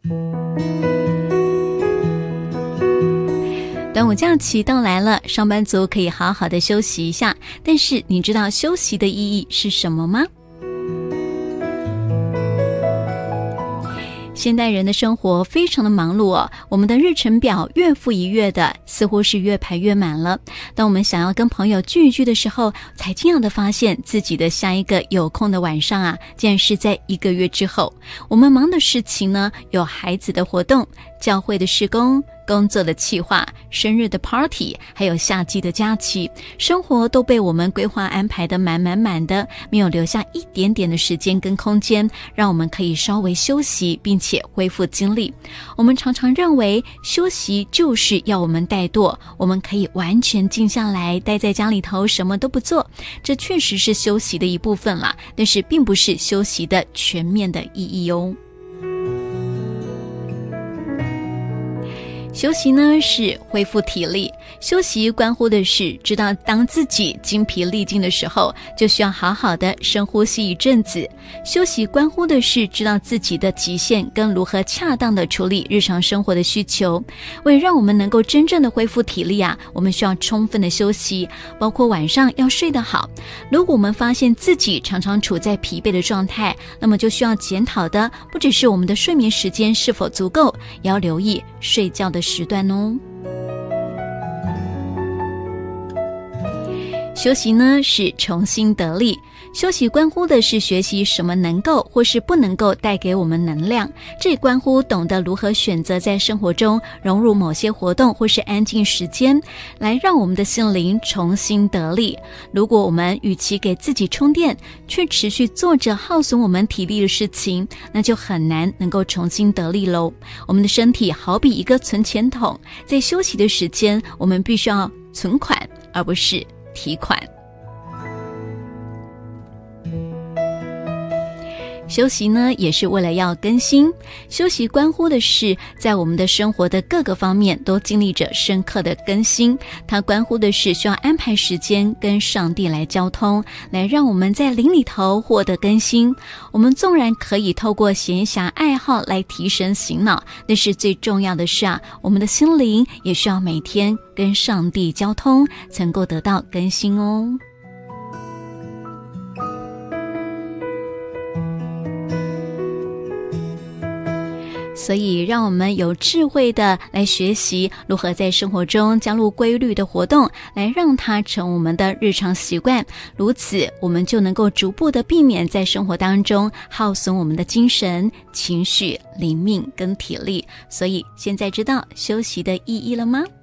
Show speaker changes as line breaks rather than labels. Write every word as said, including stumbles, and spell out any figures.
端午假期到来了，上班族可以好好的休息一下，但是你知道休息的意义是什么吗？现代人的生活非常的忙碌哦，我们的日程表月复一月的，似乎是越排越满了。当我们想要跟朋友聚一聚的时候，才惊讶的发现自己的下一个有空的晚上啊，竟然是在一个月之后。我们忙的事情呢，有孩子的活动、教会的事工、工作的企划、生日的 party， 还有夏季的假期，生活都被我们规划安排得满满满的，没有留下一点点的时间跟空间，让我们可以稍微休息，并且恢复精力。我们常常认为休息就是要我们怠惰，我们可以完全静下来，待在家里头什么都不做，这确实是休息的一部分啦，但是并不是休息的全面的意义哦。休息呢是恢复体力，休息关乎的是知道当自己精疲力尽的时候，就需要好好的深呼吸一阵子。休息关乎的是知道自己的极限跟如何恰当的处理日常生活的需求。为了让我们能够真正的恢复体力啊，我们需要充分的休息，包括晚上要睡得好。如果我们发现自己常常处在疲惫的状态，那么就需要检讨的不只是我们的睡眠时间是否足够，也要留意睡觉的时段哦。休息呢是重新得力，休息关乎的是学习什么能够或是不能够带给我们能量，这也关乎懂得如何选择在生活中融入某些活动或是安静时间，来让我们的心灵重新得力。如果我们与其给自己充电，却持续做着耗损我们体力的事情，那就很难能够重新得力咯。我们的身体好比一个存钱筒，在休息的时间，我们必须要存款，而不是提款。休息呢也是为了要更新，休息关乎的是在我们的生活的各个方面都经历着深刻的更新，它关乎的是需要安排时间跟上帝来交通，来让我们在灵里头获得更新。我们纵然可以透过闲暇爱好来提神醒脑，但是最重要的是啊，我们的心灵也需要每天跟上帝交通，才能够得到更新哦。所以让我们有智慧的来学习如何在生活中加入规律的活动，来让它成我们的日常习惯，如此我们就能够逐步的避免在生活当中耗损我们的精神、情绪、灵命跟体力。所以现在知道休息的意义了吗？